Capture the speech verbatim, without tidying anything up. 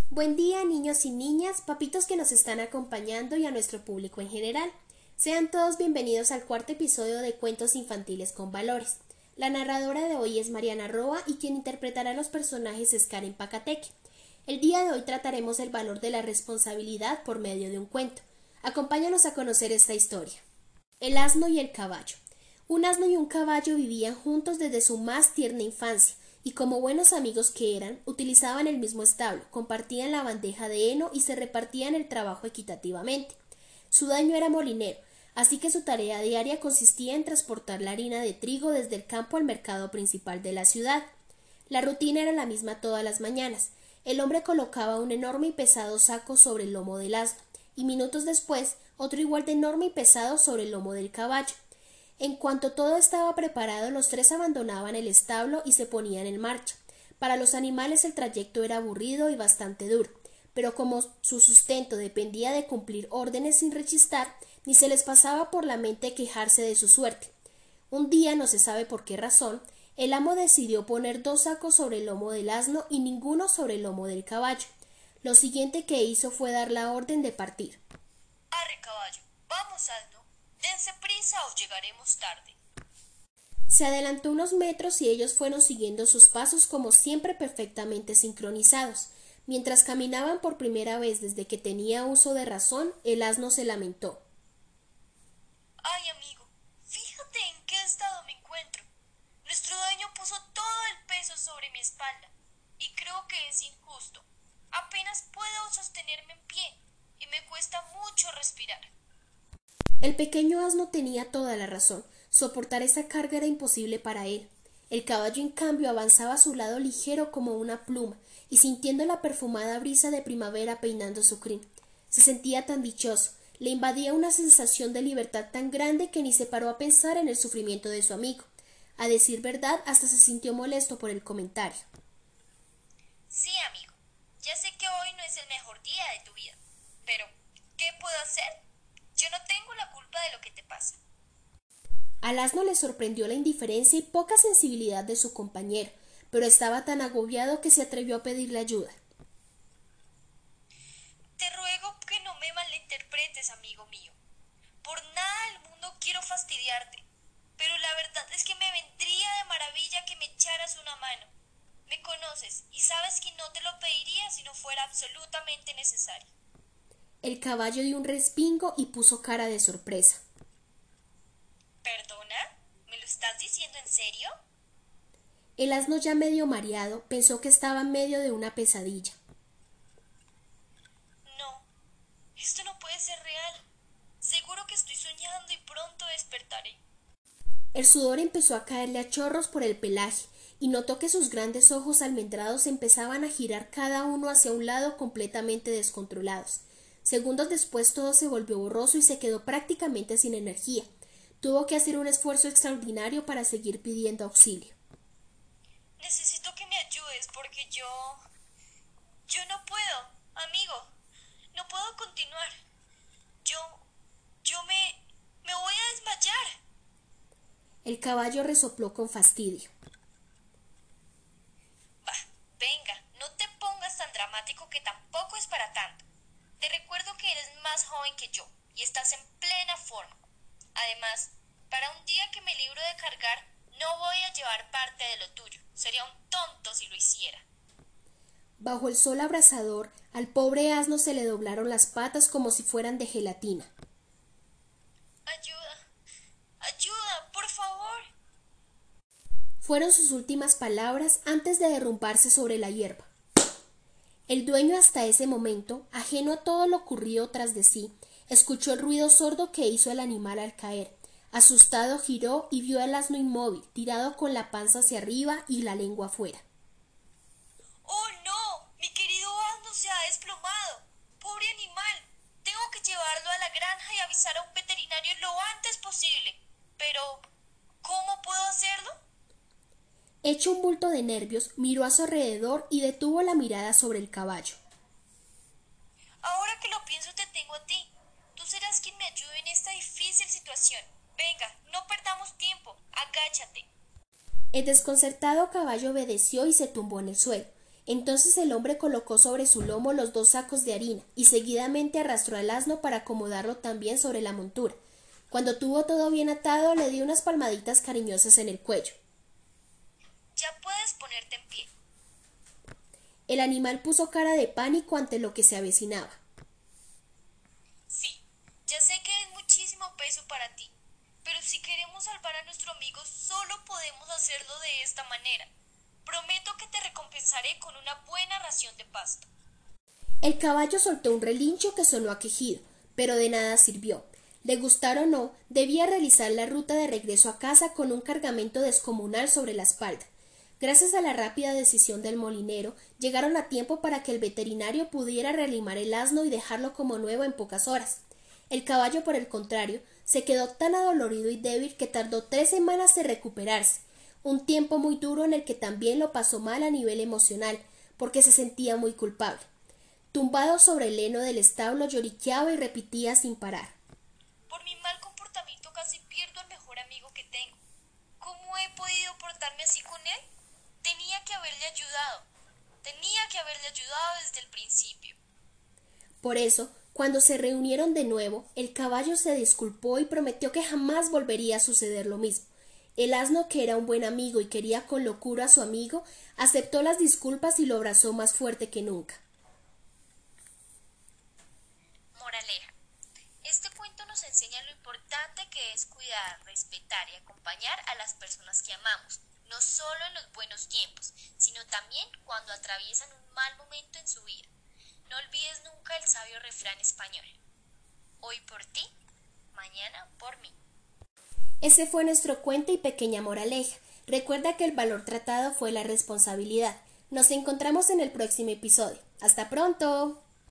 Buen día, niños y niñas, papitos que nos están acompañando y a nuestro público en general. Sean todos bienvenidos al cuarto episodio de Cuentos Infantiles con Valores. La narradora de hoy es Mariana Roa y quien interpretará a los personajes es Karen Pacateque. El día de hoy trataremos el valor de la responsabilidad por medio de un cuento. Acompáñanos a conocer esta historia. El asno y el caballo. Un asno y un caballo vivían juntos desde su más tierna infancia, y como buenos amigos que eran, utilizaban el mismo establo, compartían la bandeja de heno y se repartían el trabajo equitativamente. Su dueño era molinero, así que su tarea diaria consistía en transportar la harina de trigo desde el campo al mercado principal de la ciudad. La rutina era la misma todas las mañanas. El hombre colocaba un enorme y pesado saco sobre el lomo del asno, y minutos después otro igual de enorme y pesado sobre el lomo del caballo. En cuanto todo estaba preparado, los tres abandonaban el establo y se ponían en marcha. Para los animales el trayecto era aburrido y bastante duro, pero como su sustento dependía de cumplir órdenes sin rechistar, ni se les pasaba por la mente quejarse de su suerte. Un día, no se sabe por qué razón, el amo decidió poner dos sacos sobre el lomo del asno y ninguno sobre el lomo del caballo. Lo siguiente que hizo fue dar la orden de partir. Arre, caballo, vamos, asno. Dense prisa o llegaremos tarde. Se adelantó unos metros y ellos fueron siguiendo sus pasos como siempre perfectamente sincronizados. Mientras caminaban por primera vez desde que tenía uso de razón, el asno se lamentó. Ay, amigo, fíjate en qué estado me encuentro. Nuestro dueño puso todo el peso sobre mi espalda y creo que es injusto. Apenas puedo sostenerme en pie y me cuesta mucho respirar. El pequeño asno tenía toda la razón. Soportar esa carga era imposible para él. El caballo, en cambio, avanzaba a su lado ligero como una pluma, y sintiendo la perfumada brisa de primavera peinando su crin. Se sentía tan dichoso, le invadía una sensación de libertad tan grande que ni se paró a pensar en el sufrimiento de su amigo. A decir verdad, hasta se sintió molesto por el comentario. Sí, amigo, ya sé que hoy no es el mejor día de tu vida, pero ¿qué puedo hacer? Yo no tengo la culpa de lo que te pasa. Al asno le sorprendió la indiferencia y poca sensibilidad de su compañero, pero estaba tan agobiado que se atrevió a pedirle ayuda. Te ruego que no me malinterpretes, amigo mío. Por nada del mundo quiero fastidiarte, pero la verdad es que me vendría de maravilla que me echaras una mano. Me conoces y sabes que no te lo pediría si no fuera absolutamente necesario. El caballo dio un respingo y puso cara de sorpresa. ¿Perdona? ¿Me lo estás diciendo en serio? El asno, ya medio mareado, pensó que estaba en medio de una pesadilla. No, esto no puede ser real. Seguro que estoy soñando y pronto despertaré. El sudor empezó a caerle a chorros por el pelaje, y notó que sus grandes ojos almendrados empezaban a girar cada uno hacia un lado completamente descontrolados. Segundos después todo se volvió borroso y se quedó prácticamente sin energía. Tuvo que hacer un esfuerzo extraordinario para seguir pidiendo auxilio. Necesito que me ayudes porque yo... Yo no puedo, amigo. No puedo continuar. Yo... Yo me... Me voy a desmayar. El caballo resopló con fastidio. Bah, venga, no te pongas tan dramático que tampoco es para tanto. Te recuerdo que eres más joven que yo y estás en plena forma. Además, para un día que me libro de cargar, no voy a llevar parte de lo tuyo. Sería un tonto si lo hiciera. Bajo el sol abrasador, al pobre asno se le doblaron las patas como si fueran de gelatina. Ayuda, ayuda, por favor. Fueron sus últimas palabras antes de derrumbarse sobre la hierba. El dueño, hasta ese momento, ajeno a todo lo ocurrido tras de sí, escuchó el ruido sordo que hizo el animal al caer. Asustado giró y vio al asno inmóvil, tirado con la panza hacia arriba y la lengua afuera. ¡Oh, no! Mi querido asno se ha desplomado. ¡Pobre animal! Tengo que llevarlo a la granja y avisar a un veterinario lo antes posible. Pero, ¿cómo puedo hacerlo? Hecho un bulto de nervios, miró a su alrededor y detuvo la mirada sobre el caballo. Ahora que lo pienso, te tengo a ti. Tú serás quien me ayude en esta difícil situación. Venga, no perdamos tiempo. Agáchate. El desconcertado caballo obedeció y se tumbó en el suelo. Entonces el hombre colocó sobre su lomo los dos sacos de harina y seguidamente arrastró al asno para acomodarlo también sobre la montura. Cuando tuvo todo bien atado, le dio unas palmaditas cariñosas en el cuello. Ya puedes ponerte en pie. El animal puso cara de pánico ante lo que se avecinaba. Sí, ya sé que es muchísimo peso para ti, pero si queremos salvar a nuestro amigo, solo podemos hacerlo de esta manera. Prometo que te recompensaré con una buena ración de pasto. El caballo soltó un relincho que sonó a quejido, pero de nada sirvió. Le gustara o no, debía realizar la ruta de regreso a casa con un cargamento descomunal sobre la espalda. Gracias a la rápida decisión del molinero, llegaron a tiempo para que el veterinario pudiera reanimar el asno y dejarlo como nuevo en pocas horas. El caballo, por el contrario, se quedó tan adolorido y débil que tardó tres semanas en recuperarse, un tiempo muy duro en el que también lo pasó mal a nivel emocional, porque se sentía muy culpable. Tumbado sobre el heno del establo, lloriqueaba y repetía sin parar: Por mi mal comportamiento casi pierdo al mejor amigo que tengo. ¿Cómo he podido portarme así con él? Tenía que haberle ayudado. Tenía que haberle ayudado desde el principio. Por eso, cuando se reunieron de nuevo, el caballo se disculpó y prometió que jamás volvería a suceder lo mismo. El asno, que era un buen amigo y quería con locura a su amigo, aceptó las disculpas y lo abrazó más fuerte que nunca. Moraleja. Este cuento nos enseña lo importante que es cuidar, respetar y acompañar a las personas que amamos, no solo en los buenos tiempos, sino también cuando atraviesan un mal momento en su vida. No olvides nunca el sabio refrán español: hoy por ti, mañana por mí. Ese fue nuestro cuento y pequeña moraleja. Recuerda que el valor tratado fue la responsabilidad. Nos encontramos en el próximo episodio. ¡Hasta pronto!